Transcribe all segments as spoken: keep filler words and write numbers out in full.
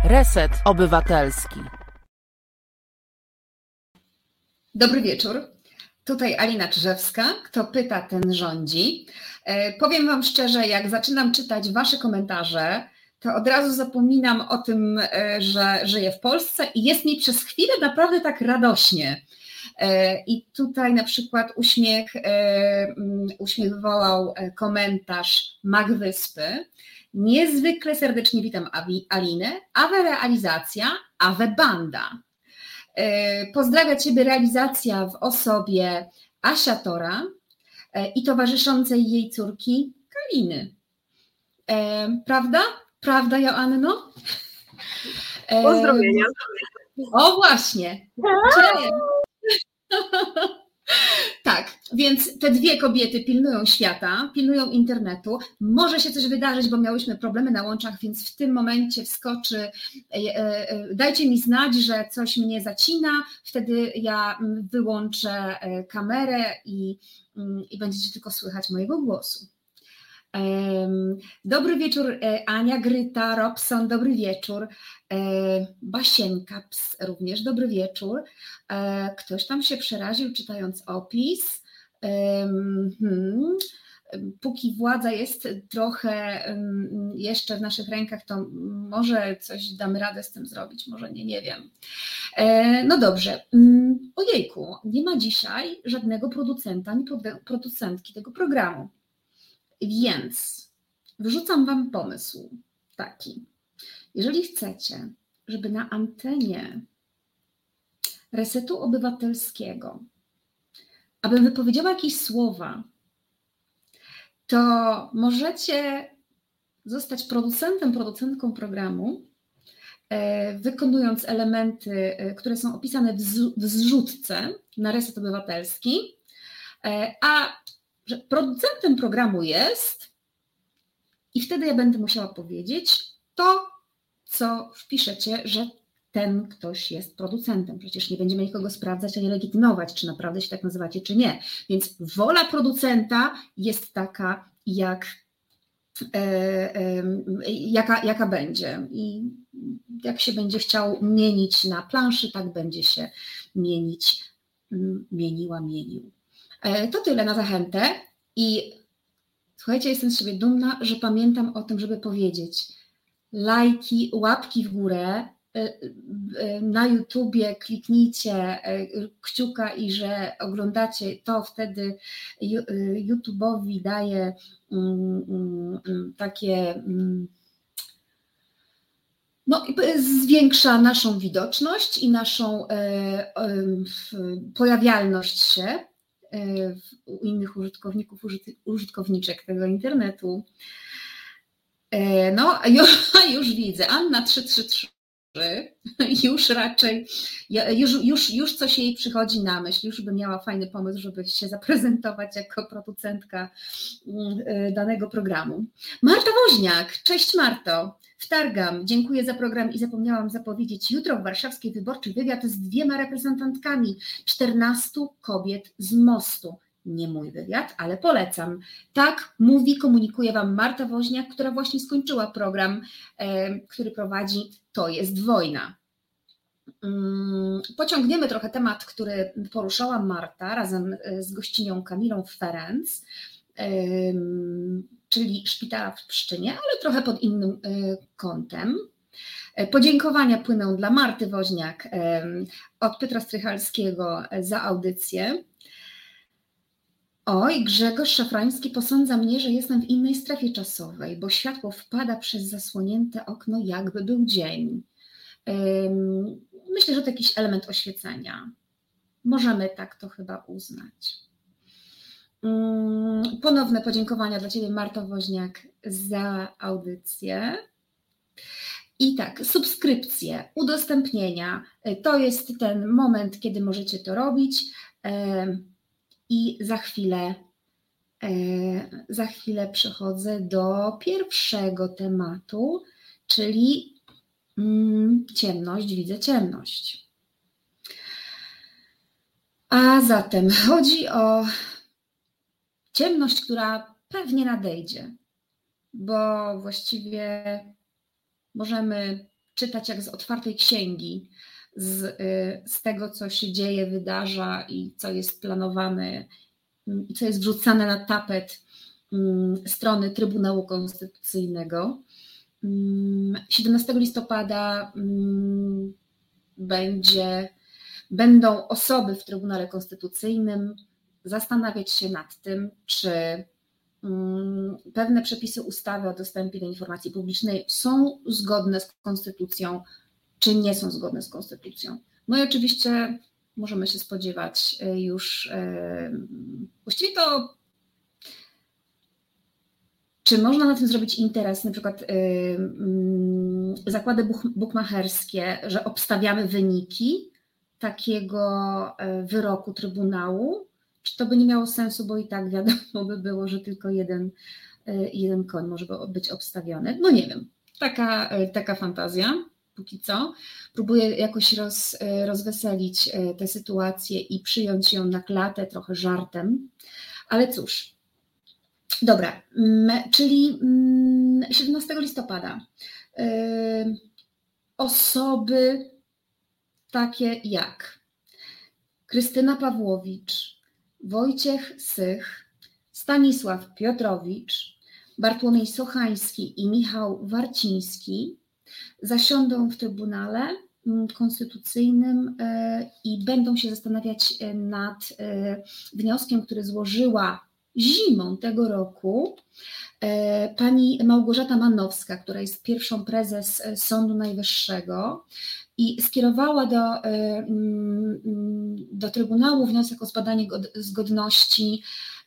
Reset Obywatelski. Dobry wieczór. Tutaj Alina Czyżewska. Kto pyta, ten rządzi. Powiem Wam szczerze, jak zaczynam czytać Wasze komentarze, to od razu zapominam o tym, że żyję w Polsce i jest mi przez chwilę naprawdę tak radośnie. I tutaj na przykład uśmiech, uśmiech wywołał komentarz Magwyspy. Niezwykle serdecznie witam Alinę. Awe realizacja, awe banda. Pozdrawia Ciebie realizacja w osobie Asia Tora i towarzyszącej jej córki Kaliny. Prawda? Prawda, Joanno? Pozdrowienia. O właśnie. Cześć. Tak, więc te dwie kobiety pilnują świata, pilnują internetu. Może się coś wydarzyć, bo miałyśmy problemy na łączach, więc w tym momencie wskoczy, dajcie mi znać, że coś mnie zacina, wtedy ja wyłączę kamerę i, i będziecie tylko słychać mojego głosu. Dobry wieczór Ania, Gryta, Robson, dobry wieczór. Basienka również, dobry wieczór. Ktoś tam się przeraził czytając opis. Póki władza jest trochę jeszcze w naszych rękach, to może coś damy radę z tym zrobić, może nie, nie wiem. No dobrze. Ojejku, nie ma dzisiaj żadnego producenta ani producentki tego programu. Więc wyrzucam Wam pomysł taki. Jeżeli chcecie, żeby na antenie Resetu Obywatelskiego, abym wypowiedziała jakieś słowa, to możecie zostać producentem, producentką programu, wykonując elementy, które są opisane w zrzutce na Reset Obywatelski, a że producentem programu jest i wtedy ja będę musiała powiedzieć to, co wpiszecie, że ten ktoś jest producentem. Przecież nie będziemy nikogo sprawdzać ani legitymować, czy naprawdę się tak nazywacie, czy nie. Więc wola producenta jest taka, jak, e, e, jaka, jaka będzie. I jak się będzie chciał mienić na planszy, tak będzie się mienić, mieniła, mienił. To tyle na zachętę i słuchajcie, jestem z siebie dumna, że pamiętam o tym, żeby powiedzieć lajki, łapki w górę, na YouTubie kliknijcie kciuka i że oglądacie, to wtedy YouTube'owi daje takie, no zwiększa naszą widoczność i naszą pojawialność się u innych użytkowników, użytkowniczek tego internetu. No, już, już widzę, Anna trzy trzy trzy, już raczej, już, już, już coś jej przychodzi na myśl, już by miała fajny pomysł, żeby się zaprezentować jako producentka danego programu. Marta Woźniak, cześć Marto. Wtargam, dziękuję za program i zapomniałam zapowiedzieć jutro w warszawskiej Wyborczej wywiad z dwiema reprezentantkami, czternastu kobiet z Mostu. Nie mój wywiad, ale polecam. Tak mówi, komunikuje Wam Marta Woźniak, która właśnie skończyła program, e, który prowadzi To jest wojna. Um, pociągniemy trochę temat, który poruszała Marta razem z gościnią Kamilą Ferenc, um, czyli szpitala w Pszczynie, ale trochę pod innym y, kątem. Podziękowania płyną dla Marty Woźniak y, od Piotra Strychalskiego za audycję. Oj, Grzegorz Szafrański posądza mnie, że jestem w innej strefie czasowej, bo światło wpada przez zasłonięte okno, jakby był dzień. Y, myślę, że to jakiś element oświecenia. Możemy tak to chyba uznać. Ponowne podziękowania dla Ciebie, Marto Woźniak, za audycję. I tak, subskrypcje, udostępnienia, to jest ten moment, kiedy możecie to robić i za chwilę, za chwilę przechodzę do pierwszego tematu, czyli ciemność, widzę ciemność. A zatem chodzi o ciemność, która pewnie nadejdzie, bo właściwie możemy czytać jak z otwartej księgi, z, z tego, co się dzieje, wydarza i co jest planowane i co jest wrzucane na tapet strony Trybunału Konstytucyjnego. siedemnastego listopada będzie, będą osoby w Trybunale Konstytucyjnym zastanawiać się nad tym, czy pewne przepisy ustawy o dostępie do informacji publicznej są zgodne z konstytucją, czy nie są zgodne z konstytucją. No i oczywiście możemy się spodziewać już, właściwie to, czy można na tym zrobić interes, na przykład zakłady bukmacherskie, że obstawiamy wyniki takiego wyroku Trybunału, czy to by nie miało sensu, bo i tak wiadomo by było, że tylko jeden, jeden koń może być obstawiony. No nie wiem, taka, taka fantazja póki co. Próbuję jakoś roz, rozweselić tę sytuację i przyjąć ją na klatę trochę żartem, ale cóż. Dobra, czyli siedemnastego listopada osoby takie jak Krystyna Pawłowicz, Wojciech Sych, Stanisław Piotrowicz, Bartłomiej Sochański i Michał Warciński zasiądą w Trybunale Konstytucyjnym i będą się zastanawiać nad wnioskiem, który złożyła zimą tego roku pani Małgorzata Manowska, która jest pierwszą prezes Sądu Najwyższego i skierowała do, do Trybunału wniosek o zbadanie zgodności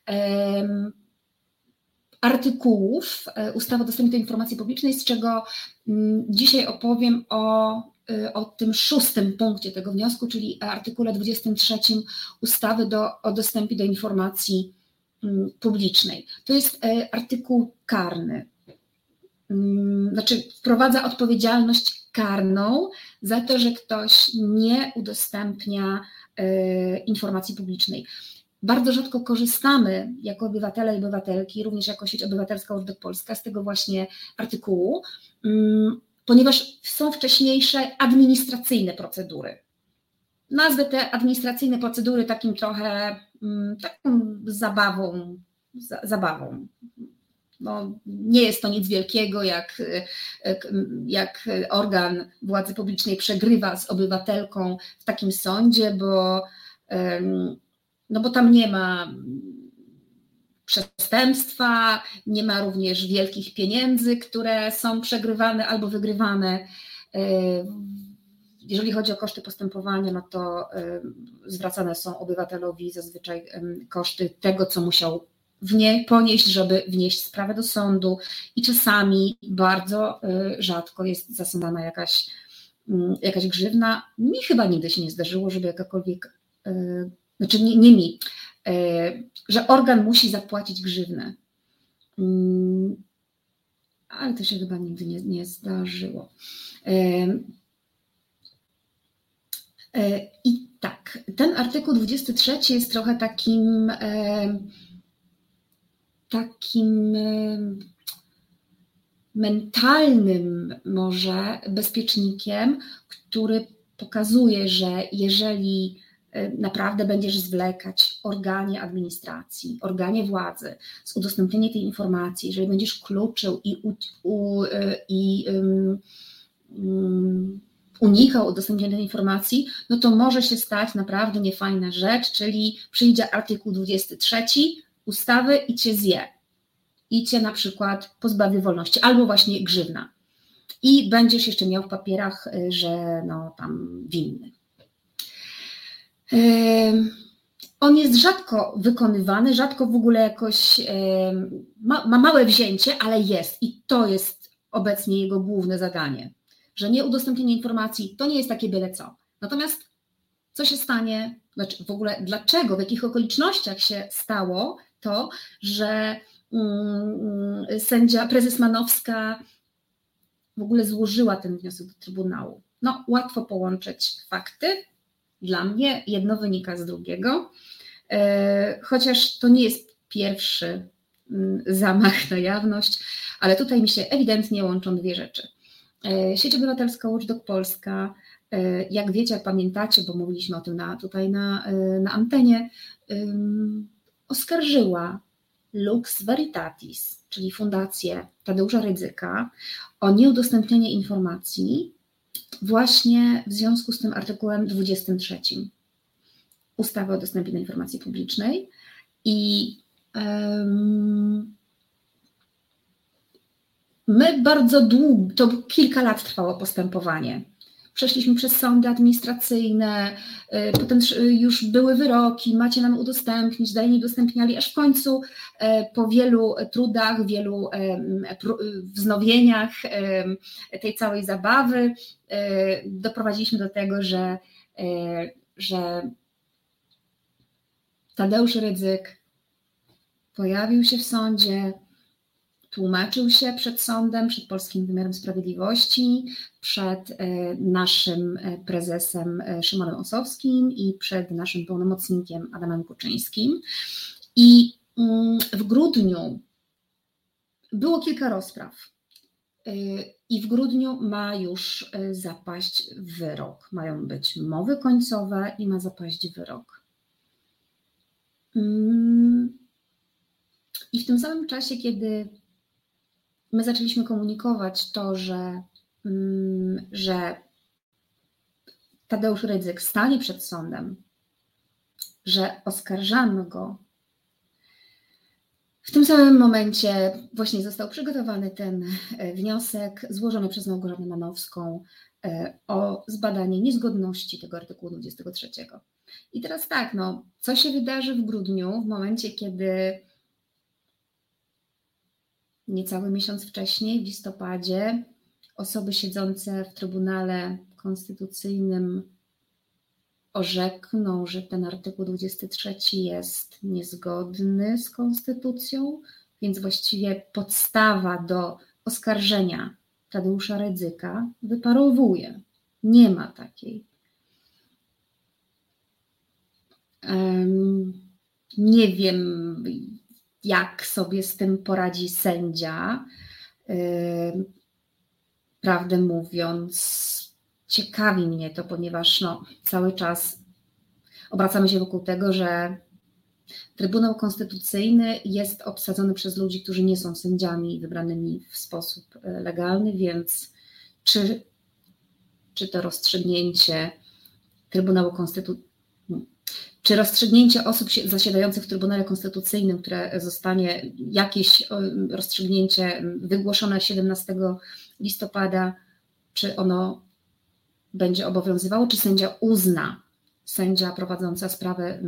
artykułów ustawy o dostępie do informacji publicznej, z czego dzisiaj opowiem o, o tym szóstym punkcie tego wniosku, czyli artykule dwudziestym trzecim ustawy do, o dostępie do informacji publicznej. To jest artykuł karny. Znaczy wprowadza odpowiedzialność karną za to, że ktoś nie udostępnia informacji publicznej. Bardzo rzadko korzystamy jako obywatele i obywatelki, również jako sieć obywatelska Urząd Polska z tego właśnie artykułu, ponieważ są wcześniejsze administracyjne procedury. Nazwę te administracyjne procedury takim trochę taką zabawą, zabawą. No, nie jest to nic wielkiego, jak, jak organ władzy publicznej przegrywa z obywatelką w takim sądzie, bo, no bo tam nie ma przestępstwa, nie ma również wielkich pieniędzy, które są przegrywane albo wygrywane. Jeżeli chodzi o koszty postępowania, no to zwracane są obywatelowi zazwyczaj koszty tego, co musiał w nie ponieść, żeby wnieść sprawę do sądu i czasami bardzo rzadko jest zasądzana jakaś, jakaś grzywna. Mi chyba nigdy się nie zdarzyło, żeby jakakolwiek, znaczy nie, nie mi, że organ musi zapłacić grzywnę. Ale to się chyba nigdy nie, nie zdarzyło. I tak, ten artykuł dwudziesty trzeci jest trochę takim takim mentalnym może bezpiecznikiem, który pokazuje, że jeżeli naprawdę będziesz zwlekać organie administracji, organie władzy z udostępnieniem tej informacji, jeżeli będziesz kluczył i, u, u, i um, um, unikał udostępnienia tej informacji, no to może się stać naprawdę niefajna rzecz, czyli przyjdzie artykuł dwudziesty trzeci ustawy i cię zje. I cię na przykład pozbawi wolności, albo właśnie grzywna. I będziesz jeszcze miał w papierach, że no tam winny. On jest rzadko wykonywany, rzadko w ogóle jakoś ma, ma małe wzięcie, ale jest i to jest obecnie jego główne zadanie, że nieudostępnienie informacji to nie jest takie byle co. Natomiast co się stanie, znaczy w ogóle dlaczego, w jakich okolicznościach się stało to, że um, sędzia, prezes Manowska w ogóle złożyła ten wniosek do Trybunału. No łatwo połączyć fakty. Dla mnie jedno wynika z drugiego, chociaż to nie jest pierwszy zamach na jawność, ale tutaj mi się ewidentnie łączą dwie rzeczy. Sieć Obywatelska Watchdog Polska, jak wiecie, jak pamiętacie, bo mówiliśmy o tym na, tutaj na, na antenie, um, oskarżyła Lux Veritatis, czyli Fundację Tadeusza Rydzyka, o nieudostępnienie informacji właśnie w związku z tym artykułem dwudziestym trzecim ustawy o dostępie do informacji publicznej. I um, my bardzo długo, to kilka lat trwało postępowanie. Przeszliśmy przez sądy administracyjne, potem już były wyroki, macie nam udostępnić, dalej nie udostępniali, aż w końcu po wielu trudach, wielu wznowieniach tej całej zabawy doprowadziliśmy do tego, że, że Tadeusz Rydzyk pojawił się w sądzie, tłumaczył się przed sądem, przed polskim wymiarem sprawiedliwości, przed naszym prezesem Szymonem Ossowskim i przed naszym pełnomocnikiem Adamem Kuczyńskim. I w grudniu było kilka rozpraw i w grudniu ma już zapaść wyrok. Mają być mowy końcowe i ma zapaść wyrok. I w tym samym czasie, kiedy my zaczęliśmy komunikować to, że, że Tadeusz Rydzyk stanie przed sądem, że oskarżamy go, w tym samym momencie właśnie został przygotowany ten wniosek złożony przez Małgorzatę Manowską o zbadanie niezgodności tego artykułu dwudziestego trzeciego. I teraz tak, no, co się wydarzy w grudniu, w momencie, kiedy niecały miesiąc wcześniej, w listopadzie, osoby siedzące w Trybunale Konstytucyjnym orzekną, że ten artykuł dwudziesty trzeci jest niezgodny z konstytucją, więc właściwie podstawa do oskarżenia Tadeusza Rydzyka wyparowuje. Nie ma takiej. Um, nie wiem, jak sobie z tym poradzi sędzia. Prawdę mówiąc, ciekawi mnie to, ponieważ no, cały czas obracamy się wokół tego, że Trybunał Konstytucyjny jest obsadzony przez ludzi, którzy nie są sędziami wybranymi w sposób legalny, więc czy, czy to rozstrzygnięcie Trybunału Konstytucyjnego, czy rozstrzygnięcie osób zasiadających w Trybunale Konstytucyjnym, które zostanie jakieś rozstrzygnięcie wygłoszone siedemnastego listopada, czy ono będzie obowiązywało, czy sędzia uzna, sędzia prowadząca sprawę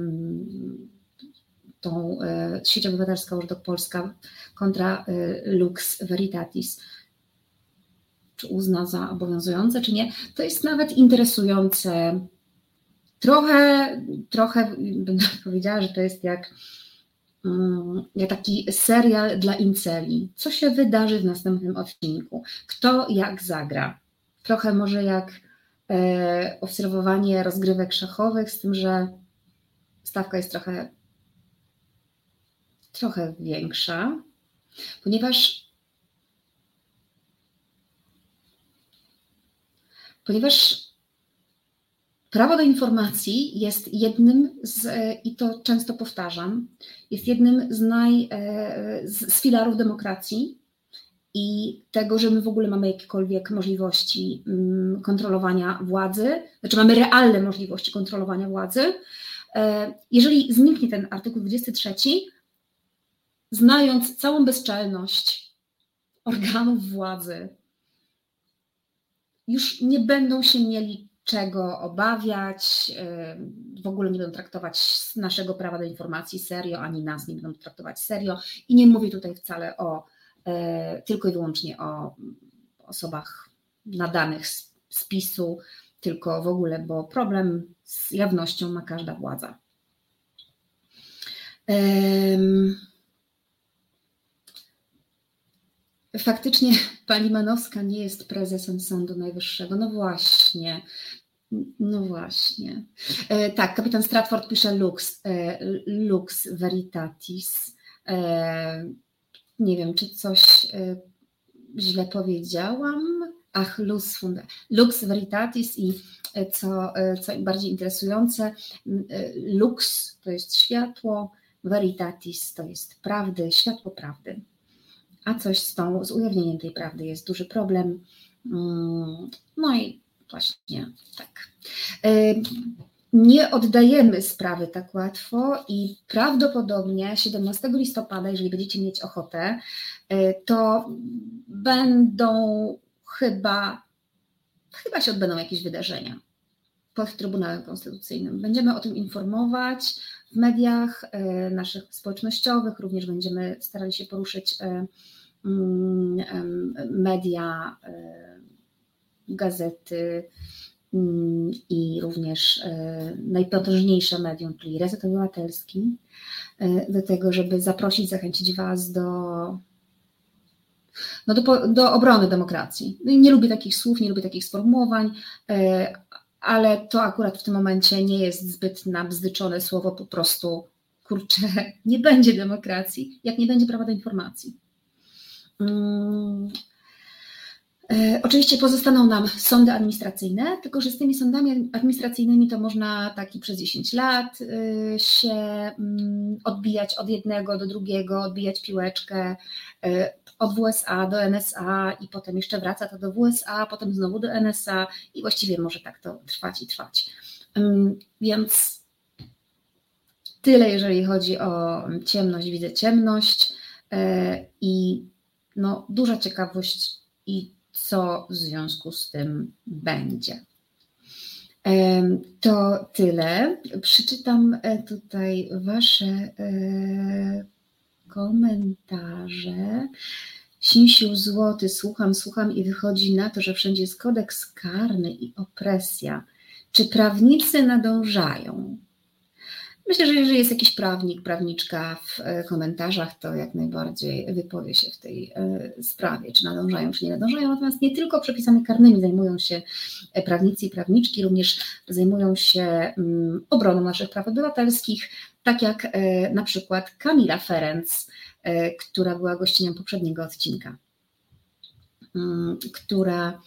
tą Sieć Obywatelska Watchdog Polska kontra Lux Veritatis, czy uzna za obowiązujące, czy nie, to jest nawet interesujące. Trochę, trochę bym powiedziała, że to jest jak, jak taki serial dla inceli. Co się wydarzy w następnym odcinku? Kto jak zagra? Trochę może jak e, obserwowanie rozgrywek szachowych, z tym, że stawka jest trochę, trochę większa, ponieważ, ponieważ prawo do informacji jest jednym z, i to często powtarzam, jest jednym z, naj, z, z filarów demokracji i tego, że my w ogóle mamy jakiekolwiek możliwości kontrolowania władzy, znaczy mamy realne możliwości kontrolowania władzy. Jeżeli zniknie ten artykuł dwudziesty trzeci, znając całą bezczelność organów władzy, już nie będą się mieli czego obawiać, w ogóle nie będą traktować naszego prawa do informacji serio, ani nas nie będą traktować serio. I nie mówię tutaj wcale o, tylko i wyłącznie o osobach nadanych z spisu, tylko w ogóle, bo problem z jawnością ma każda władza. Faktycznie pani Manowska nie jest prezesem Sądu Najwyższego. No właśnie, no właśnie. E, tak, kapitan Stratford pisze Lux, e, Lux Veritatis. E, nie wiem, czy coś e, źle powiedziałam. ach, lux, funda, lux veritatis i co, co bardziej interesujące, lux to jest światło, veritatis to jest prawdy, światło prawdy. A coś z tą, z ujawnieniem tej prawdy jest duży problem. No i właśnie tak. Nie oddajemy sprawy tak łatwo i prawdopodobnie siedemnastego listopada, jeżeli będziecie mieć ochotę, to będą chyba, chyba się odbędą jakieś wydarzenia pod Trybunałem Konstytucyjnym. Będziemy o tym informować w mediach naszych społecznościowych, również będziemy starali się poruszyć media, gazety i również najpotężniejsze medium, czyli Reset Obywatelski, do tego, żeby zaprosić, zachęcić Was do, no do, do obrony demokracji. Nie lubię takich słów, nie lubię takich sformułowań, ale to akurat w tym momencie nie jest zbyt nabzdyczone słowo, po prostu, kurczę, nie będzie demokracji, jak nie będzie prawa do informacji. Hmm. Oczywiście pozostaną nam sądy administracyjne, tylko że z tymi sądami administracyjnymi to można tak i przez dziesięć lat się odbijać od jednego do drugiego, odbijać piłeczkę od W S A do N S A i potem jeszcze wraca to do W S A, potem znowu do N S A i właściwie może tak to trwać i trwać. Więc tyle, jeżeli chodzi o ciemność, widzę ciemność i no, duża ciekawość i co w związku z tym będzie. To tyle. Przeczytam tutaj Wasze komentarze. Sinsiu Złoty, słucham, słucham i wychodzi na to, że wszędzie jest kodeks karny i opresja. Czy prawnicy nadążają? Myślę, że jeżeli jest jakiś prawnik, prawniczka w komentarzach, to jak najbardziej wypowie się w tej sprawie, czy nadążają, czy nie nadążają. Natomiast nie tylko przepisami karnymi zajmują się prawnicy i prawniczki, również zajmują się obroną naszych praw obywatelskich, tak jak na przykład Kamila Ferenc, która była gościnią poprzedniego odcinka, która,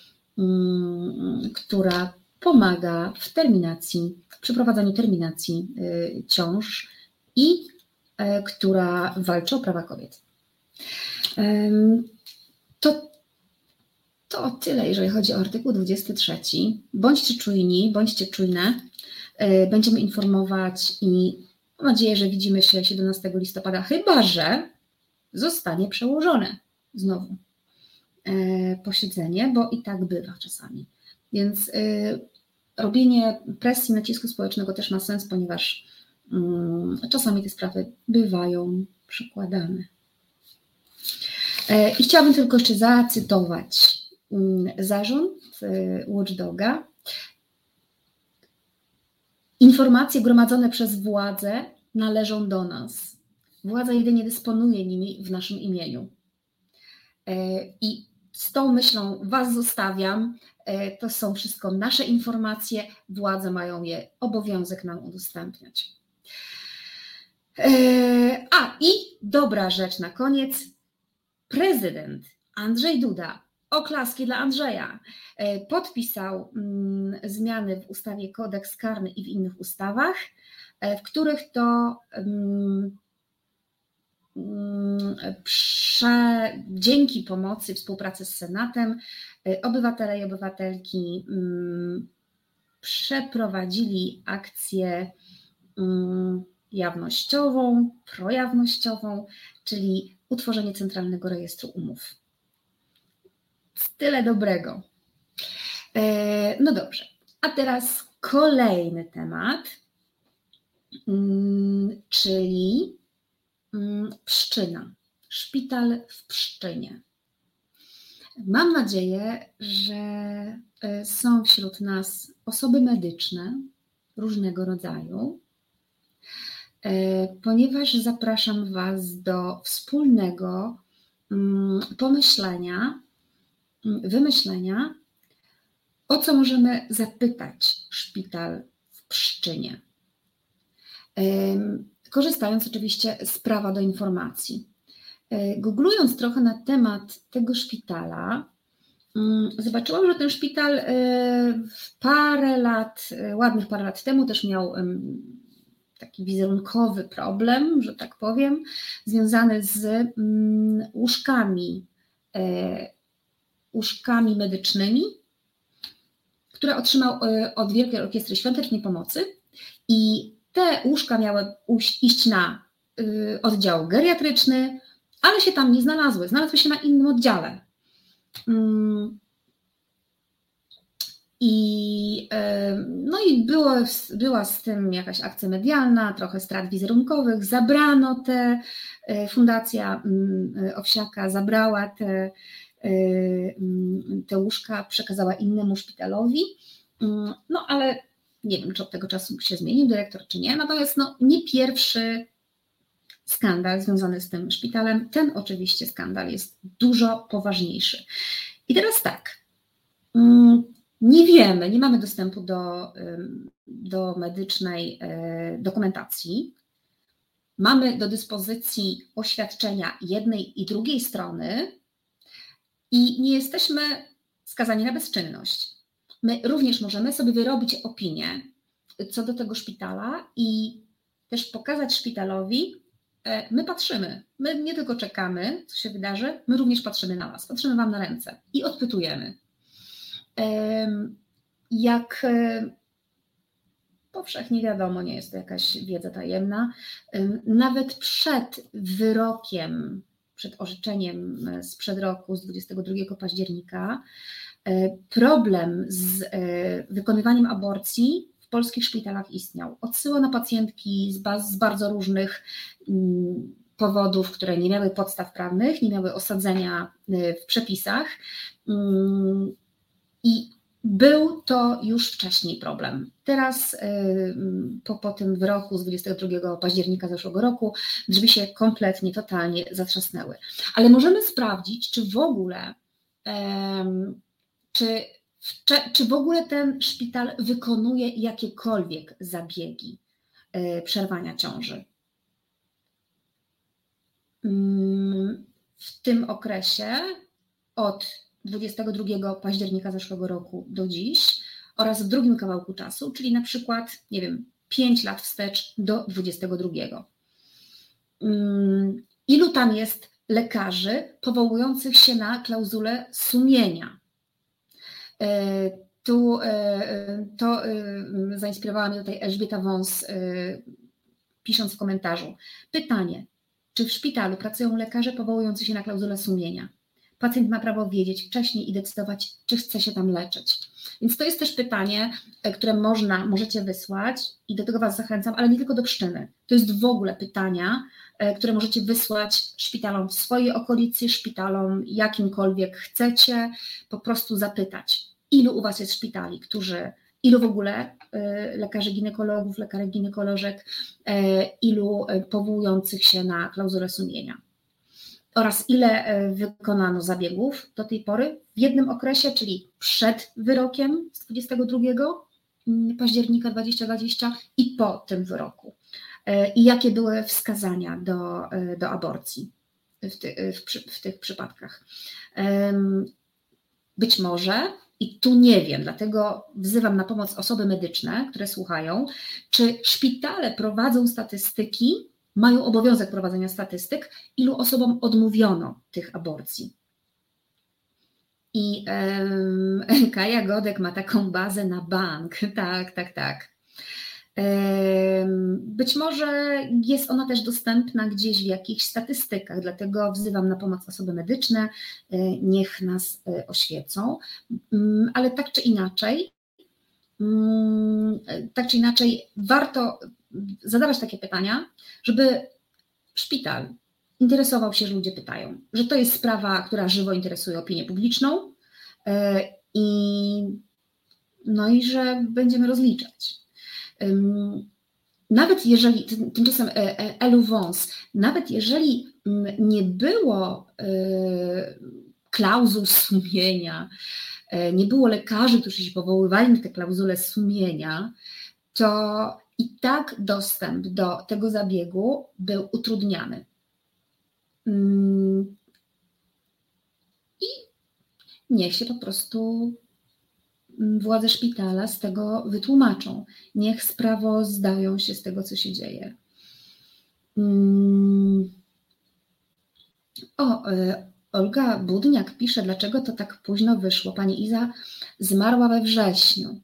która pomaga w terminacji, w przeprowadzaniu terminacji ciąż i która walczy o prawa kobiet. To, to tyle, jeżeli chodzi o artykuł dwudziesty trzeci. Bądźcie czujni, bądźcie czujne. Będziemy informować i mam nadzieję, że widzimy się siedemnastego listopada, chyba że zostanie przełożone znowu posiedzenie, bo i tak bywa czasami. Więc robienie presji, nacisku społecznego też ma sens, ponieważ um, czasami te sprawy bywają przekładane. E, I chciałabym tylko jeszcze zacytować um, zarząd y, Watchdoga. Informacje gromadzone przez władzę należą do nas. Władza jedynie dysponuje nimi w naszym imieniu. E, I z tą myślą Was zostawiam. To są wszystko nasze informacje, władze mają je obowiązek nam udostępniać. A i dobra rzecz na koniec. Prezydent Andrzej Duda, oklaski dla Andrzeja, podpisał zmiany w ustawie Kodeks Karny i w innych ustawach, w których to Prze, dzięki pomocy, współpracy z Senatem, obywatele i obywatelki um, przeprowadzili akcję um, jawnościową, projawnościową, czyli utworzenie Centralnego Rejestru Umów. Tyle dobrego. E, no dobrze, a teraz kolejny temat, um, czyli Pszczyna, szpital w Pszczynie. Mam nadzieję, że są wśród nas osoby medyczne różnego rodzaju, ponieważ zapraszam Was do wspólnego pomyślenia, wymyślenia, o co możemy zapytać szpital w Pszczynie. Korzystając oczywiście z prawa do informacji. Googlując trochę na temat tego szpitala, zobaczyłam, że ten szpital parę lat, ładnych parę lat temu też miał taki wizerunkowy problem, że tak powiem, związany z łóżkami, łóżkami medycznymi, które otrzymał od Wielkiej Orkiestry Świątecznej Pomocy i te łóżka miały iść na oddział geriatryczny, ale się tam nie znalazły, znalazły się na innym oddziale. I, no i było, była z tym jakaś akcja medialna, trochę strat wizerunkowych, zabrano te, Fundacja Owsiaka zabrała te, te łóżka, przekazała innemu szpitalowi, no ale nie wiem, czy od tego czasu się zmienił dyrektor, czy nie, natomiast no, nie pierwszy skandal związany z tym szpitalem, ten oczywiście skandal jest dużo poważniejszy. I teraz tak, nie wiemy, nie mamy dostępu do, do medycznej dokumentacji, mamy do dyspozycji oświadczenia jednej i drugiej strony i nie jesteśmy skazani na bezczynność. My również możemy sobie wyrobić opinię co do tego szpitala i też pokazać szpitalowi, my patrzymy, my nie tylko czekamy, co się wydarzy, my również patrzymy na was, patrzymy wam na ręce i odpytujemy. Jak powszechnie wiadomo, nie jest to jakaś wiedza tajemna, nawet przed wyrokiem, przed orzeczeniem sprzed roku, z dwudziestego drugiego października, problem z wykonywaniem aborcji w polskich szpitalach istniał. Odsyła na pacjentki z, baz, z bardzo różnych powodów, które nie miały podstaw prawnych, nie miały osadzenia w przepisach i był to już wcześniej problem. Teraz po, po tym wyroku z dwudziestego drugiego października zeszłego roku drzwi się kompletnie, totalnie zatrzasnęły. Ale możemy sprawdzić, czy w ogóle czy, czy w ogóle ten szpital wykonuje jakiekolwiek zabiegi przerwania ciąży. W tym okresie od dwudziestego drugiego października zeszłego roku do dziś oraz w drugim kawałku czasu, czyli na przykład, nie wiem, pięć lat wstecz do dwudziestego drugiego. Ilu tam jest lekarzy powołujących się na klauzulę sumienia? Tu to zainspirowała mnie tutaj Elżbieta Wąs, pisząc w komentarzu. Pytanie, czy w szpitalu pracują lekarze powołujący się na klauzulę sumienia? Pacjent ma prawo wiedzieć wcześniej i decydować, czy chce się tam leczyć. Więc to jest też pytanie, które można, możecie wysłać i do tego was zachęcam, ale nie tylko do Pszczyny. To jest w ogóle pytania, które możecie wysłać szpitalom w swojej okolicy, szpitalom jakimkolwiek chcecie, po prostu zapytać, ilu u was jest szpitali, którzy, ilu w ogóle lekarzy ginekologów, lekarek ginekolożek, ilu powołujących się na klauzulę sumienia. Oraz ile wykonano zabiegów do tej pory w jednym okresie, czyli przed wyrokiem z dwudziestego drugiego października dwa tysiące dwudziestego i po tym wyroku. I jakie były wskazania do, do aborcji w, ty, w, w tych przypadkach. Być może, i tu nie wiem, dlatego wzywam na pomoc osoby medyczne, które słuchają, czy szpitale prowadzą statystyki, mają obowiązek prowadzenia statystyk, ilu osobom odmówiono tych aborcji. I um, Kaja Godek ma taką bazę na bank, tak, tak, tak. Um, być może jest ona też dostępna gdzieś w jakichś statystykach, dlatego wzywam na pomoc osoby medyczne, niech nas oświecą, um, ale tak czy inaczej, um, tak czy inaczej warto zadawać takie pytania, żeby szpital interesował się, że ludzie pytają, że to jest sprawa, która żywo interesuje opinię publiczną i, no i że będziemy rozliczać. Nawet jeżeli, tymczasem Elu Wąs, nawet jeżeli nie było klauzul sumienia, nie było lekarzy, którzy się powoływali na te klauzule sumienia, to i tak dostęp do tego zabiegu był utrudniany. I niech się po prostu władze szpitala z tego wytłumaczą. Niech sprawozdają się z tego, co się dzieje. O, Olga Budniak pisze, dlaczego to tak późno wyszło. Pani Iza zmarła we wrześniu.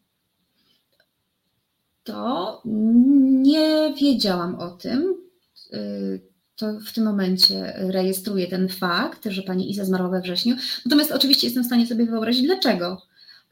To nie wiedziałam o tym. To w tym momencie rejestruję ten fakt, że pani Iza zmarła we wrześniu. Natomiast oczywiście jestem w stanie sobie wyobrazić, dlaczego.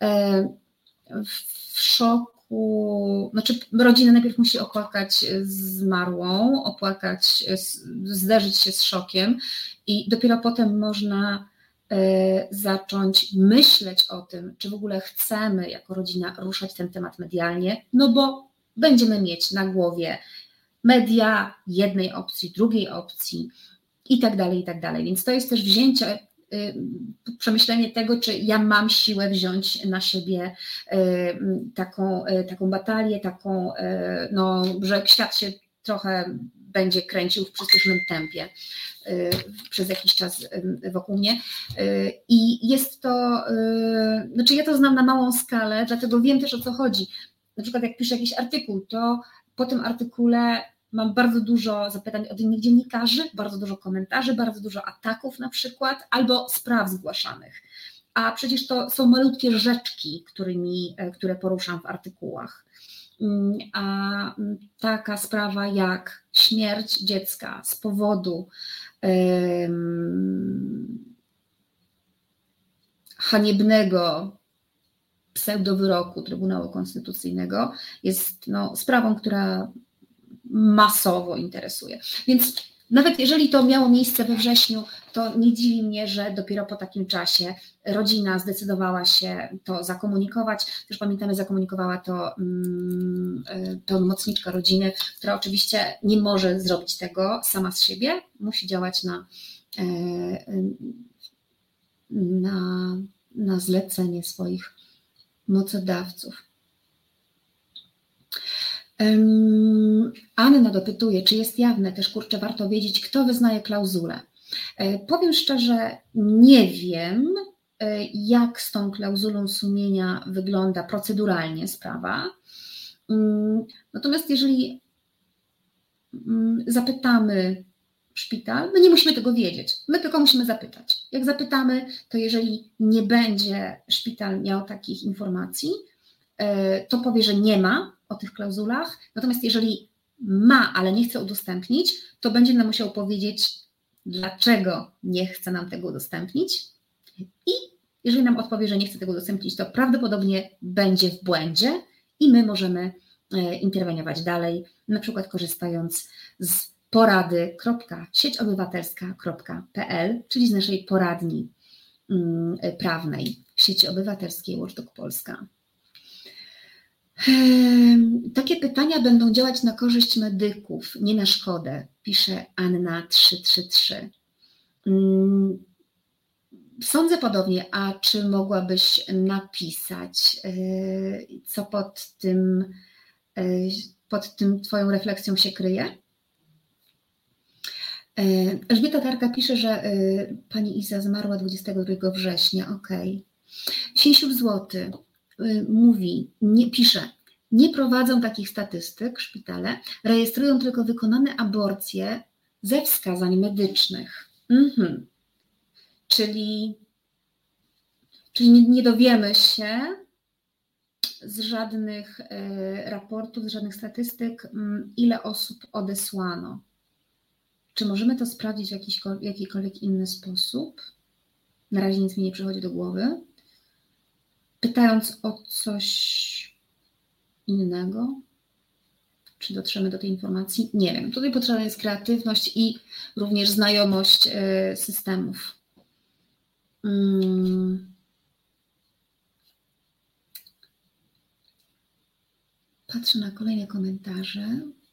W szoku, znaczy rodzina najpierw musi opłakać zmarłą, opłakać, zderzyć się z szokiem i dopiero potem można zacząć myśleć o tym, czy w ogóle chcemy jako rodzina ruszać ten temat medialnie, no bo będziemy mieć na głowie media jednej opcji, drugiej opcji i tak dalej, i tak dalej. Więc to jest też wzięcie, przemyślenie tego, czy ja mam siłę wziąć na siebie taką, taką batalię, taką, no, że świat się trochę będzie kręcił w przyspieszonym tempie przez jakiś czas wokół mnie. I jest to, znaczy ja to znam na małą skalę, dlatego wiem też, o co chodzi. Na przykład jak piszę jakiś artykuł, to po tym artykule mam bardzo dużo zapytań od innych dziennikarzy, bardzo dużo komentarzy, bardzo dużo ataków na przykład, albo spraw zgłaszanych. A przecież to są malutkie rzeczki, którymi, które poruszam w artykułach. A taka sprawa jak śmierć dziecka z powodu um, haniebnego pseudowyroku Trybunału Konstytucyjnego jest no, sprawą, która masowo interesuje. Więc nawet jeżeli to miało miejsce we wrześniu, to nie dziwi mnie, że dopiero po takim czasie rodzina zdecydowała się to zakomunikować. Też pamiętamy, zakomunikowała to um, pełnomocniczka rodziny, która oczywiście nie może zrobić tego sama z siebie, musi działać na, na, na zlecenie swoich mocodawców. Anna dopytuje, czy jest jawne, też kurczę, warto wiedzieć, kto wyznaje klauzulę. Powiem szczerze, nie wiem, jak z tą klauzulą sumienia wygląda proceduralnie sprawa. Natomiast jeżeli zapytamy szpital, my nie musimy tego wiedzieć, my tylko musimy zapytać. Jak zapytamy, to jeżeli nie będzie szpital miał takich informacji, to powie, że nie ma o tych klauzulach, natomiast jeżeli ma, ale nie chce udostępnić, to będzie nam musiał powiedzieć, dlaczego nie chce nam tego udostępnić i jeżeli nam odpowie, że nie chce tego udostępnić, to prawdopodobnie będzie w błędzie i my możemy interweniować dalej, na przykład korzystając z porady kropka sieć obywatelska kropka p l, czyli z naszej poradni prawnej Sieci Obywatelskiej Watchdog Polska. Takie pytania będą działać na korzyść medyków, nie na szkodę, pisze Anna trzysta trzydzieści trzy. Sądzę podobnie, a czy mogłabyś napisać, co pod tym, pod tym twoją refleksją się kryje? Elżbieta Tarka pisze, że pani Iza zmarła dwudziestego drugiego września, okej. Sięsiów Złoty mówi, nie, pisze, nie prowadzą takich statystyk szpitale, rejestrują tylko wykonane aborcje ze wskazań medycznych. Mhm. Czyli, czyli nie, nie dowiemy się z żadnych e, raportów, z żadnych statystyk, m, ile osób odesłano. Czy możemy to sprawdzić w jakiś, w jakikolwiek inny sposób? Na razie nic mi nie przychodzi do głowy. Pytając o coś innego, czy dotrzemy do tej informacji? Nie wiem. Tutaj potrzebna jest kreatywność i również znajomość systemów. Hmm. Patrzę na kolejne komentarze.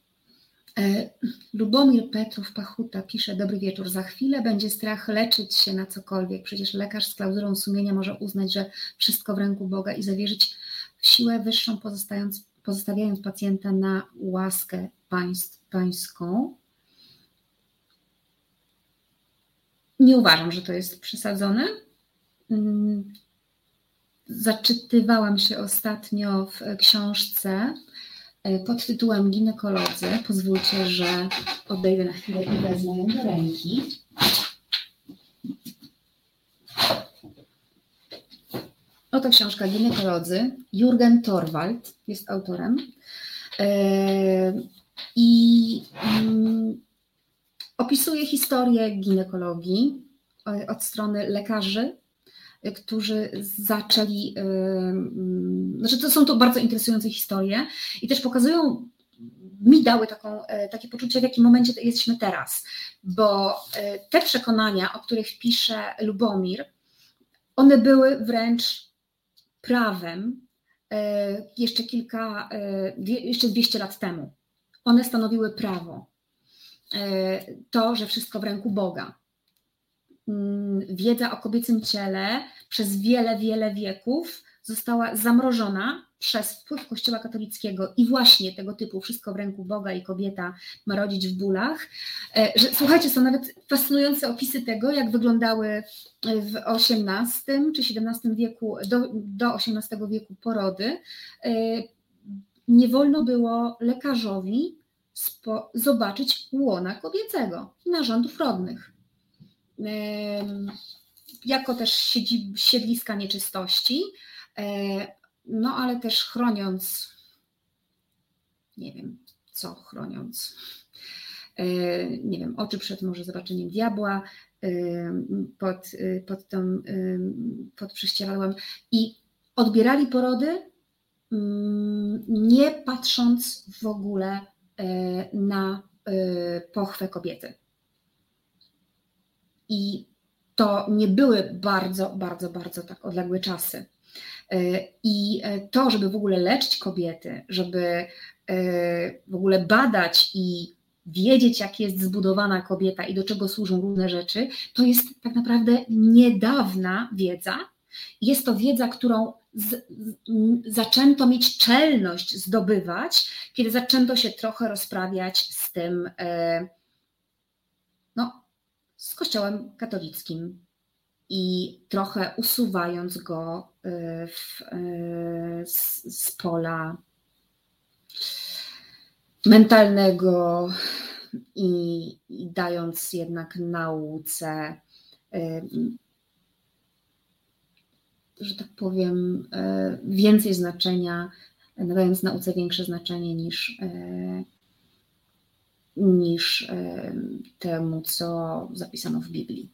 Lubomir Petrów-Pachuta pisze, dobry wieczór, za chwilę będzie strach leczyć się na cokolwiek, przecież lekarz z klauzulą sumienia może uznać, że wszystko w ręku Boga i zawierzyć w siłę wyższą, pozostając, pozostawiając pacjenta na łaskę państ, pańską. Nie uważam, że to jest przesadzone. zaczytywałam się ostatnio w książce pod tytułem Ginekolodzy. Pozwólcie, że odejdę na chwilę i wezmę ją do ręki. Oto książka Ginekolodzy. Jürgen Torwald jest autorem. I opisuje historię ginekologii od strony lekarzy, którzy zaczęli, znaczy to są to bardzo interesujące historie i też pokazują, mi dały taką, takie poczucie, w jakim momencie jesteśmy teraz, bo te przekonania, o których pisze Lubomir, one były wręcz prawem jeszcze kilka, jeszcze dwieście lat temu. One stanowiły prawo. To, że wszystko w ręku Boga. Wiedza o kobiecym ciele przez wiele, wiele wieków została zamrożona przez wpływ Kościoła katolickiego i właśnie tego typu wszystko w ręku Boga i kobieta ma rodzić w bólach. Że, słuchajcie, są nawet fascynujące opisy tego, jak wyglądały w osiemnastym czy siedemnastym wieku, do, do osiemnastego wieku porody. Nie wolno było lekarzowi spo, zobaczyć łona kobiecego, narządów rodnych. Jako też siedzib, siedliska nieczystości, no ale też chroniąc, nie wiem co chroniąc, nie wiem, oczy przed może zobaczeniem diabła pod, pod, tą, pod prześcieradłem i odbierali porody, nie patrząc w ogóle na pochwę kobiety. I to nie były bardzo, bardzo, bardzo tak odległe czasy. I to, żeby w ogóle leczyć kobiety, żeby w ogóle badać i wiedzieć, jak jest zbudowana kobieta i do czego służą różne rzeczy, to jest tak naprawdę niedawna wiedza. Jest to wiedza, którą z, z, zaczęto mieć czelność zdobywać, kiedy zaczęto się trochę rozprawiać z tym, no, z Kościołem katolickim i trochę usuwając go w, z, z pola mentalnego i, i dając jednak nauce, że tak powiem, więcej znaczenia, nadając nauce większe znaczenie niż niż temu, co zapisano w Biblii.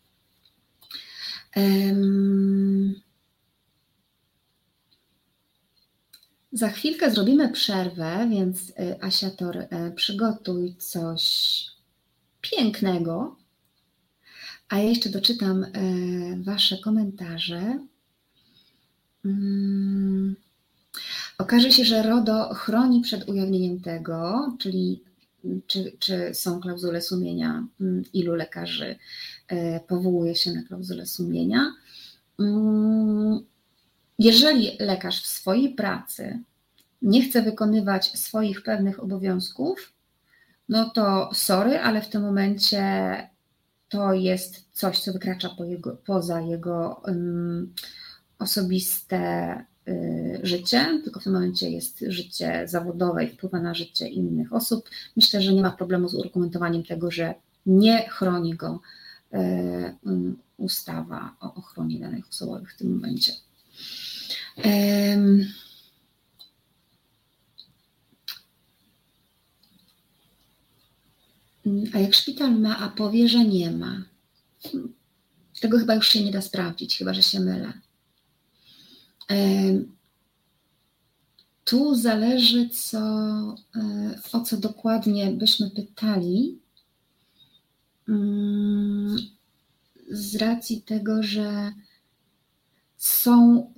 Za chwilkę zrobimy przerwę, więc Asiator, przygotuj coś pięknego, a ja jeszcze doczytam Wasze komentarze. Okaże się, że RODO chroni przed ujawnieniem tego, czyli Czy, czy są klauzule sumienia, ilu lekarzy powołuje się na klauzulę sumienia. Jeżeli lekarz w swojej pracy nie chce wykonywać swoich pewnych obowiązków, no to sorry, ale w tym momencie to jest coś, co wykracza po jego, poza jego um, osobiste życie, tylko w tym momencie jest życie zawodowe i wpływa na życie innych osób. Myślę, że nie ma problemu z uargumentowaniem tego, że nie chroni go ustawa o ochronie danych osobowych w tym momencie. A jak szpital ma, a powie, że nie ma? Tego chyba już się nie da sprawdzić, chyba że się mylę. Tu zależy, co, o co dokładnie byśmy pytali, z racji tego, że są,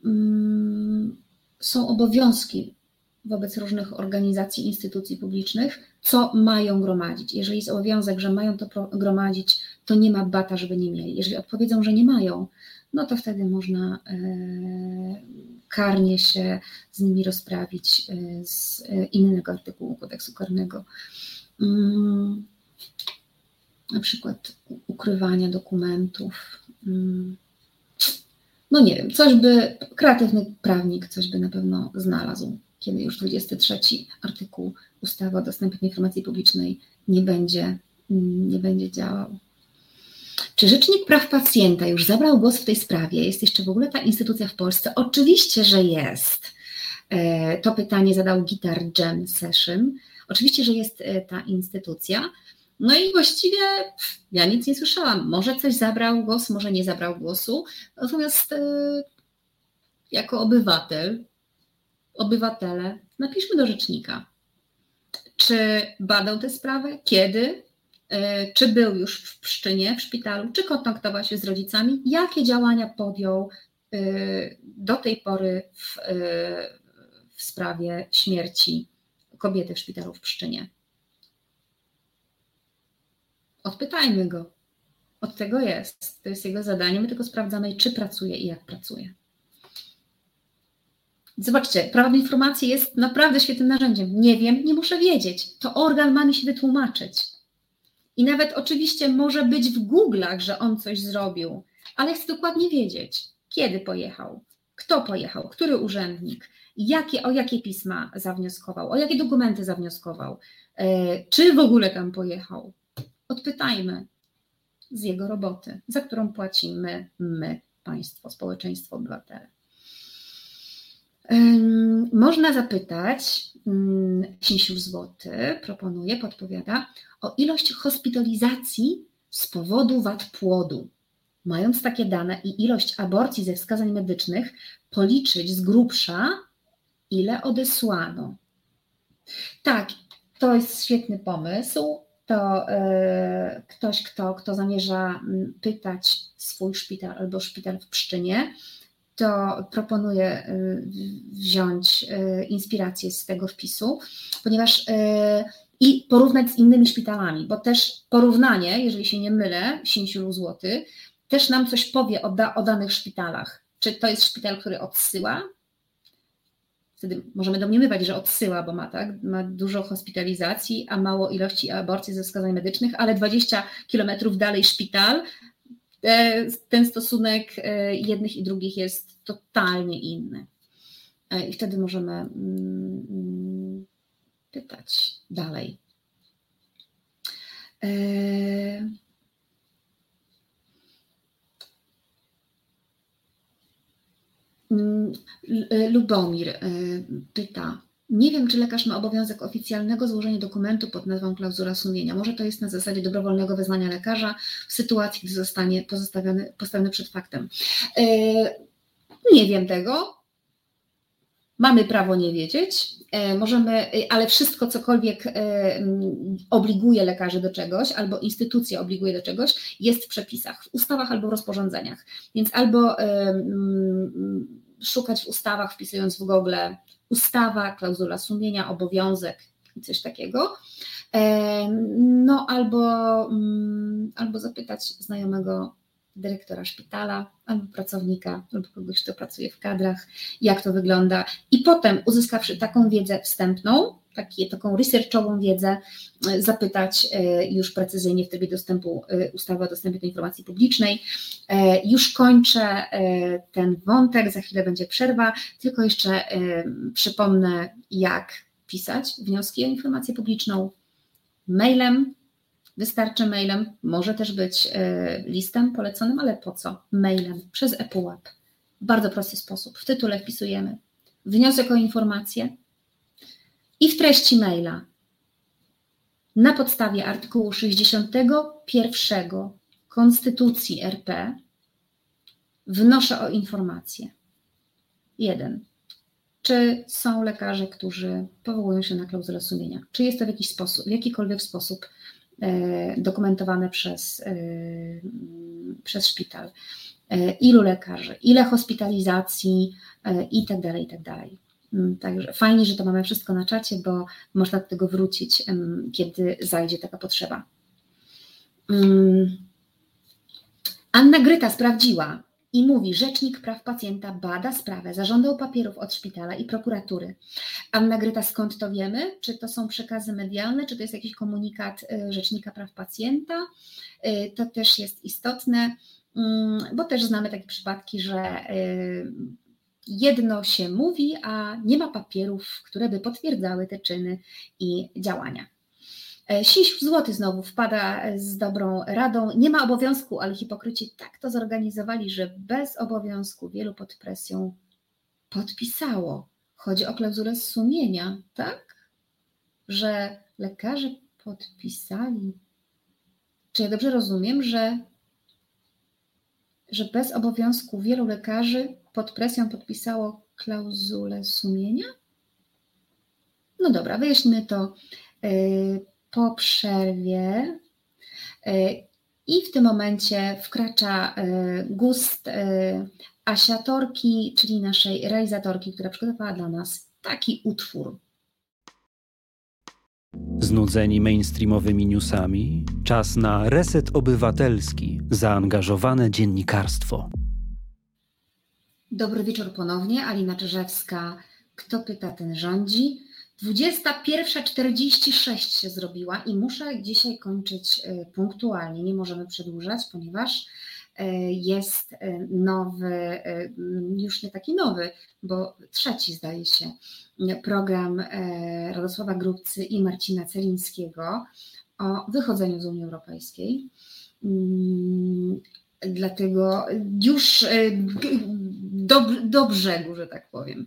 są obowiązki wobec różnych organizacji, instytucji publicznych, co mają gromadzić. Jeżeli jest obowiązek, że mają to gromadzić, to nie ma bata, żeby nie mieli. Jeżeli odpowiedzą, że nie mają, no to wtedy można karnie się z nimi rozprawić z innego artykułu kodeksu karnego. Na przykład ukrywania dokumentów. no nie wiem, coś by, kreatywny prawnik coś by na pewno znalazł, kiedy już dwudziesty trzeci artykuł ustawy o dostępie do informacji publicznej nie będzie, nie będzie działał. Czy Rzecznik Praw Pacjenta już zabrał głos w tej sprawie? Jest jeszcze w ogóle ta instytucja w Polsce? Oczywiście, że jest. To pytanie zadał Guitar Jam Session. Oczywiście, że jest ta instytucja. No i właściwie ja nic nie słyszałam. Może coś zabrał głos, może nie zabrał głosu. Natomiast jako obywatel, obywatele, napiszmy do rzecznika. Czy badał tę sprawę? Kiedy? Czy był już w Pszczynie, w szpitalu? Czy kontaktował się z rodzicami? Jakie działania podjął do tej pory w, w sprawie śmierci kobiety w szpitalu w Pszczynie? Odpytajmy go. Od tego jest. To jest jego zadanie. My tylko sprawdzamy, czy pracuje i jak pracuje. Zobaczcie, prawo do informacji jest naprawdę świetnym narzędziem. Nie wiem, nie muszę wiedzieć. To organ ma mi się wytłumaczyć. I nawet oczywiście może być w Google'ach, że on coś zrobił, ale chcę dokładnie wiedzieć, kiedy pojechał, kto pojechał, który urzędnik, jakie, o jakie pisma zawnioskował, o jakie dokumenty zawnioskował, yy, czy w ogóle tam pojechał. Odpytajmy z jego roboty, za którą płacimy my, państwo, społeczeństwo, obywatele. Można zapytać, Siusiu Złoty proponuje, podpowiada, o ilość hospitalizacji z powodu wad płodu. Mając takie dane i ilość aborcji ze wskazań medycznych, policzyć z grubsza, ile odesłano. Tak, to jest świetny pomysł. To yy, ktoś, kto, kto zamierza pytać swój szpital albo szpital w Pszczynie, to proponuję wziąć inspirację z tego wpisu, ponieważ i porównać z innymi szpitalami, bo też porównanie, jeżeli się nie mylę, Siusiu Złoty, też nam coś powie o, da, o danych szpitalach. Czy to jest szpital, który odsyła? Wtedy możemy domniemywać, że odsyła, bo ma, tak, ma dużo hospitalizacji, a mało ilości aborcji ze wskazań medycznych, ale dwadzieścia kilometrów dalej szpital, ten stosunek jednych i drugich jest totalnie inny. I wtedy możemy pytać dalej. Lubomir pyta, nie wiem, czy lekarz ma obowiązek oficjalnego złożenia dokumentu pod nazwą klauzula sumienia. Może to jest na zasadzie dobrowolnego wyznania lekarza w sytuacji, gdy zostanie pozostawiony, postawiony przed faktem. Nie wiem tego. Mamy prawo nie wiedzieć. Możemy, ale wszystko, cokolwiek obliguje lekarzy do czegoś, albo instytucja obliguje do czegoś, jest w przepisach, w ustawach albo w rozporządzeniach. Więc albo szukać w ustawach, wpisując w Google ustawa, klauzula sumienia, obowiązek i coś takiego. No albo, albo zapytać znajomego dyrektora szpitala, albo pracownika, albo kogoś, kto pracuje w kadrach, jak to wygląda. I potem, uzyskawszy taką wiedzę wstępną, taki, taką researchową wiedzę, zapytać już precyzyjnie w trybie dostępu ustawy o dostępie do informacji publicznej. Już kończę ten wątek, za chwilę będzie przerwa, tylko jeszcze przypomnę, jak pisać wnioski o informację publiczną. Mailem, wystarczy mailem, może też być listem poleconym, ale po co? Mailem, przez ePUAP. W bardzo prosty sposób. W tytule wpisujemy wniosek o informację i w treści maila na podstawie artykułu sześćdziesiątego pierwszego Konstytucji R P wnoszę o informację. Jeden. Czy są lekarze, którzy powołują się na klauzulę sumienia? Czy jest to w jakiś sposób, w jakikolwiek sposób dokumentowane przez, przez szpital, ilu lekarzy, ile hospitalizacji i tak dalej, i tak dalej. Także fajnie, że to mamy wszystko na czacie, bo można do tego wrócić, kiedy zajdzie taka potrzeba. Anna Gryta sprawdziła i mówi, Rzecznik Praw Pacjenta bada sprawę, zażądał papierów od szpitala i prokuratury. Anna Gryta, skąd to wiemy? Czy to są przekazy medialne, czy to jest jakiś komunikat Rzecznika Praw Pacjenta? To też jest istotne. bo też znamy takie przypadki, że jedno się mówi, a nie ma papierów, które by potwierdzały te czyny i działania. Sisiu Złoty znowu wpada z dobrą radą. Nie ma obowiązku, ale hipokryci tak to zorganizowali, że bez obowiązku wielu pod presją podpisało. Chodzi o klauzulę sumienia, tak? Że lekarze podpisali. Czy ja dobrze rozumiem, że, że bez obowiązku wielu lekarzy pod presją podpisało klauzulę sumienia? No dobra, wyjaśnimy to po przerwie. I w tym momencie wkracza gust Asiatorki, czyli naszej realizatorki, która przygotowała dla nas taki utwór. Znudzeni mainstreamowymi newsami? Czas na Reset Obywatelski, zaangażowane dziennikarstwo. Dobry wieczór ponownie, Alina Czyżewska. Kto pyta, ten rządzi. dwudziesta pierwsza czterdzieści sześć się zrobiła i muszę dzisiaj kończyć punktualnie. Nie możemy przedłużać, ponieważ jest nowy, już nie taki nowy, bo trzeci zdaje się, program Radosława Grubcy i Marcina Celińskiego o wychodzeniu z Unii Europejskiej. Dlatego już do, do brzegu, że tak powiem.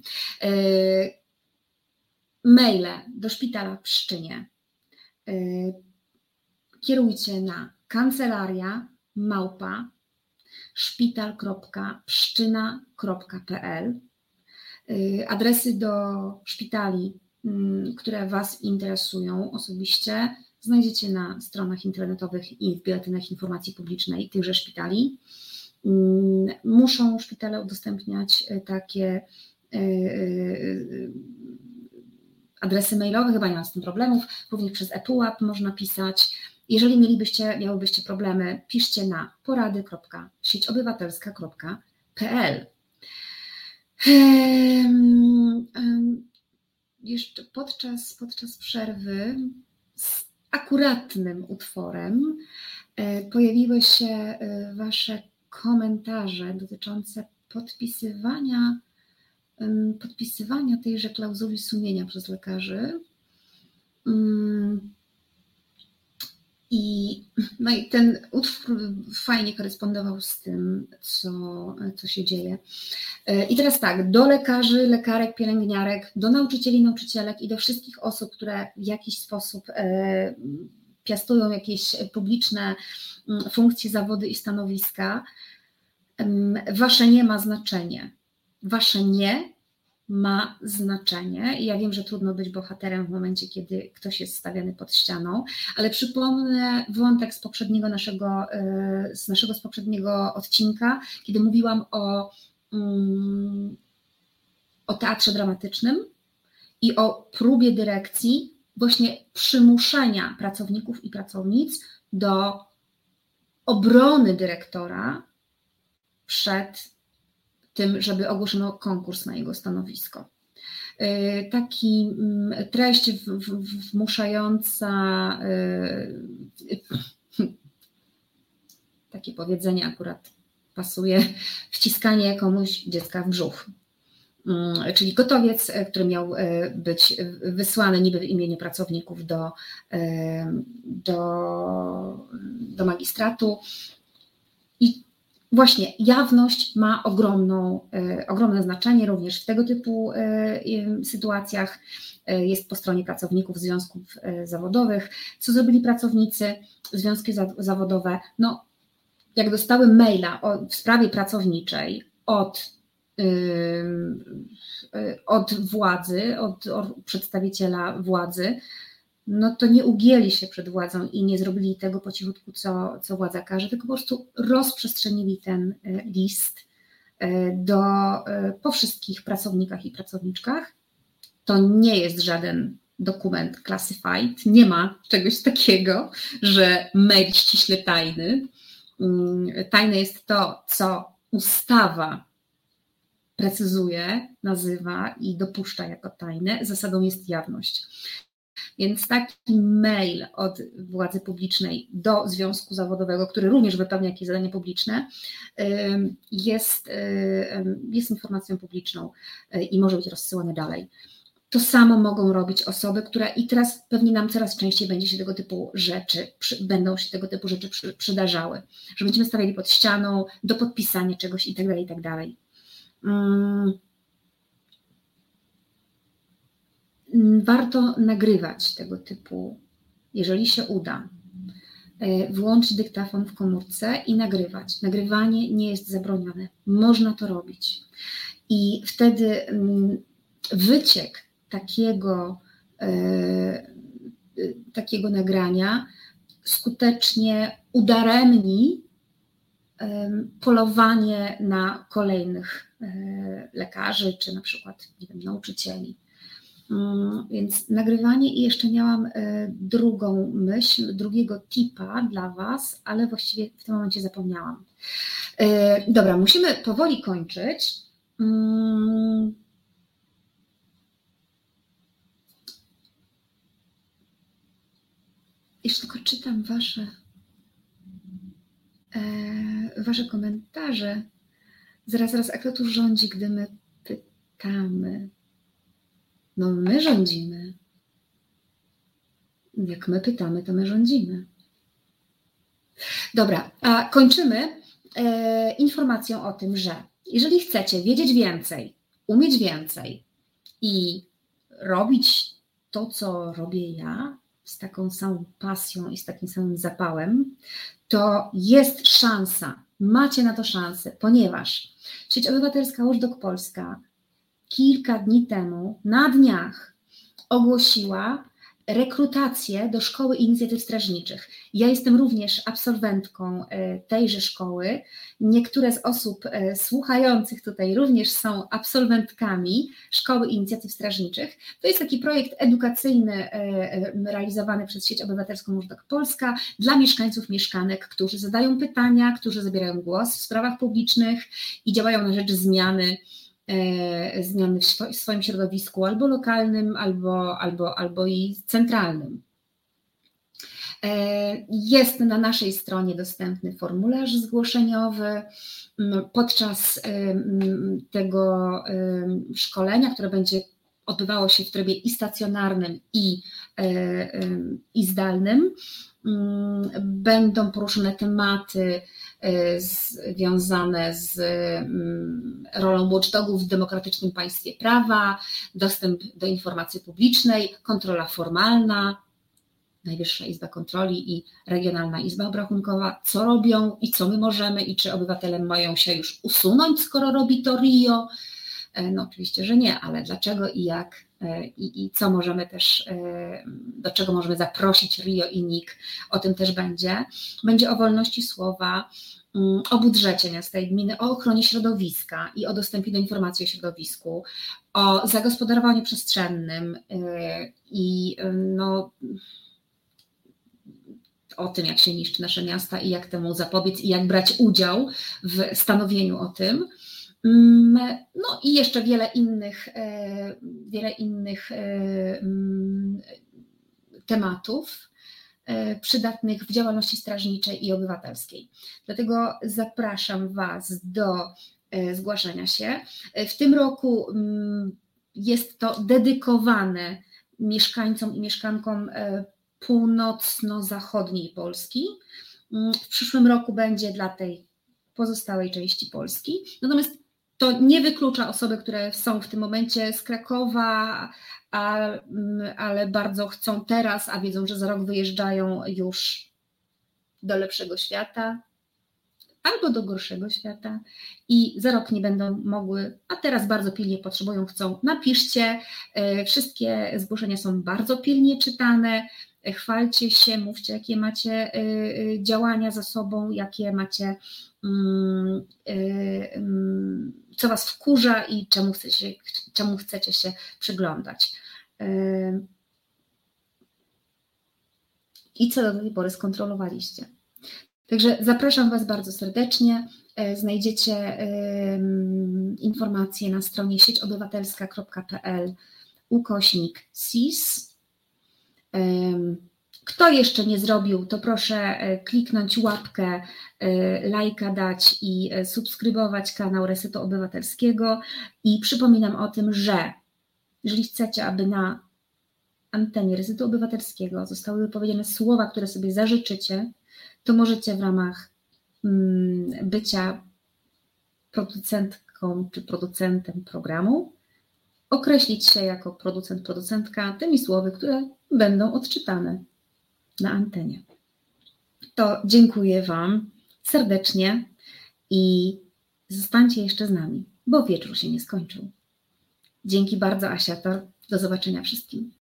Maile do szpitala w Pszczynie kierujcie na kancelaria małpa szpital kropka pszczyna kropka p l. Adresy do szpitali, które Was interesują osobiście, znajdziecie na stronach internetowych i w biuletynach informacji publicznej tychże szpitali. Muszą szpitale udostępniać takie adresy mailowe, chyba nie ma z tym problemów, również przez ePUAP można pisać. Jeżeli mielibyście, miałybyście problemy, piszcie na porady kropka sieć obywatelska kropka p l. Jeszcze podczas, podczas przerwy z akuratnym utworem pojawiły się Wasze komentarze dotyczące podpisywania, podpisywania tejże klauzuli sumienia przez lekarzy. I, no i ten utwór fajnie korespondował z tym, co, co się dzieje. I teraz tak, do lekarzy, lekarek, pielęgniarek, do nauczycieli, nauczycielek i do wszystkich osób, które w jakiś sposób piastują jakieś publiczne funkcje, zawody i stanowiska, wasze nie ma znaczenia. Wasze nie ma znaczenie. I ja wiem, że trudno być bohaterem w momencie, kiedy ktoś jest stawiany pod ścianą, ale przypomnę wątek z poprzedniego naszego, z naszego z poprzedniego odcinka, kiedy mówiłam o, o teatrze dramatycznym i o próbie dyrekcji właśnie przymuszenia pracowników i pracownic do obrony dyrektora przed tym, żeby ogłoszono konkurs na jego stanowisko. Taki treść wmuszająca, takie powiedzenie akurat pasuje, wciskanie komuś dziecka w brzuch. Czyli gotowiec, który miał być wysłany niby w imieniu pracowników do, do, do magistratu. I właśnie jawność ma ogromną, ogromne znaczenie również w tego typu sytuacjach. Jest po stronie pracowników związków zawodowych. Co zrobili pracownicy, związki zawodowe? No, jak dostały maila o, w sprawie pracowniczej od, od władzy, od, od przedstawiciela władzy, no to nie ugięli się przed władzą i nie zrobili tego po cichutku, co, co władza każe, tylko po prostu rozprzestrzenili ten list do, po wszystkich pracownikach i pracowniczkach. To nie jest żaden dokument classified, nie ma czegoś takiego, że mail ściśle tajny. Tajne jest to, co ustawa precyzuje, nazywa i dopuszcza jako tajne. Zasadą jest jawność. Więc taki mail od władzy publicznej do związku zawodowego, który również wypełnia jakieś zadanie publiczne, jest, jest informacją publiczną i może być rozsyłany dalej. To samo mogą robić osoby, które i teraz pewnie nam coraz częściej będzie się tego typu rzeczy, będą się tego typu rzeczy przydarzały, że będziemy stawiali pod ścianą do podpisania czegoś i tak dalej, i tak dalej. Warto nagrywać tego typu, jeżeli się uda, włączyć dyktafon w komórce i nagrywać. Nagrywanie nie jest zabronione, można to robić. I wtedy wyciek takiego, takiego nagrania skutecznie udaremni polowanie na kolejnych lekarzy, czy na przykład, nie wiem, nauczycieli. Więc nagrywanie i jeszcze miałam drugą myśl, drugiego tipa dla Was, ale właściwie w tym momencie zapomniałam. Dobra, musimy powoli kończyć. Jeszcze tylko czytam Wasze, wasze komentarze. Zaraz, zaraz, a kto tu rządzi, gdy my pytamy? No my rządzimy. Jak my pytamy, to my rządzimy. Dobra, a kończymy e, informacją o tym, że jeżeli chcecie wiedzieć więcej, umieć więcej i robić to, co robię ja, z taką samą pasją i z takim samym zapałem, to jest szansa, macie na to szansę, ponieważ Sieć Obywatelska Watchdog Polska kilka dni temu, na dniach, ogłosiła rekrutację do Szkoły Inicjatyw Strażniczych. Ja jestem również absolwentką tejże szkoły. Niektóre z osób słuchających tutaj również są absolwentkami Szkoły Inicjatyw Strażniczych. To jest taki projekt edukacyjny realizowany przez Sieć Obywatelską Watchdog Polska dla mieszkańców mieszkanek, którzy zadają pytania, którzy zabierają głos w sprawach publicznych i działają na rzecz zmiany zmiany w swoim środowisku albo lokalnym, albo, albo, albo i centralnym. Jest na naszej stronie dostępny formularz zgłoszeniowy. Podczas tego szkolenia, które będzie odbywało się w trybie i stacjonarnym, i, i zdalnym, będą poruszone tematy związane z rolą watchdogów w demokratycznym państwie prawa, dostęp do informacji publicznej, kontrola formalna, Najwyższa Izba Kontroli i Regionalna Izba Obrachunkowa, co robią i co my możemy i czy obywatele mają się już usunąć, skoro robi to R I O. No oczywiście, że nie, ale dlaczego i jak i, i co możemy też, do czego możemy zaprosić R I O i N I K, o tym też będzie. Będzie o wolności słowa, o budżecie miasta i gminy, o ochronie środowiska i o dostępie do informacji o środowisku, o zagospodarowaniu przestrzennym i no, o tym, jak się niszczy nasze miasta i jak temu zapobiec i jak brać udział w stanowieniu o tym. No i jeszcze wiele innych, wiele innych tematów przydatnych w działalności strażniczej i obywatelskiej. Dlatego zapraszam Was do zgłaszania się. W tym roku jest to dedykowane mieszkańcom i mieszkankom północno-zachodniej Polski. W przyszłym roku będzie dla tej pozostałej części Polski. Natomiast to nie wyklucza osoby, które są w tym momencie z Krakowa, a, ale bardzo chcą teraz, a wiedzą, że za rok wyjeżdżają już do lepszego świata albo do gorszego świata i za rok nie będą mogły, a teraz bardzo pilnie potrzebują, chcą, napiszcie. Wszystkie zgłoszenia są bardzo pilnie czytane. Chwalcie się, mówcie, jakie macie działania za sobą, jakie macie, co Was wkurza i czemu chcecie, czemu chcecie się przyglądać. I co do tej pory skontrolowaliście. Także zapraszam Was bardzo serdecznie. Znajdziecie informacje na stronie sieć obywatelska kropka p l ukośnik S I S. Kto jeszcze nie zrobił, to proszę kliknąć łapkę, lajka dać i subskrybować kanał Resetu Obywatelskiego. I przypominam o tym, że jeżeli chcecie, aby na antenie Resetu Obywatelskiego zostały wypowiedziane słowa, które sobie zażyczycie, to możecie w ramach bycia producentką czy producentem programu określić się jako producent, producentka tymi słowy, które będą odczytane na antenie. To dziękuję Wam serdecznie i zostańcie jeszcze z nami, bo wieczór się nie skończył. Dzięki bardzo, Asia. Do zobaczenia wszystkim.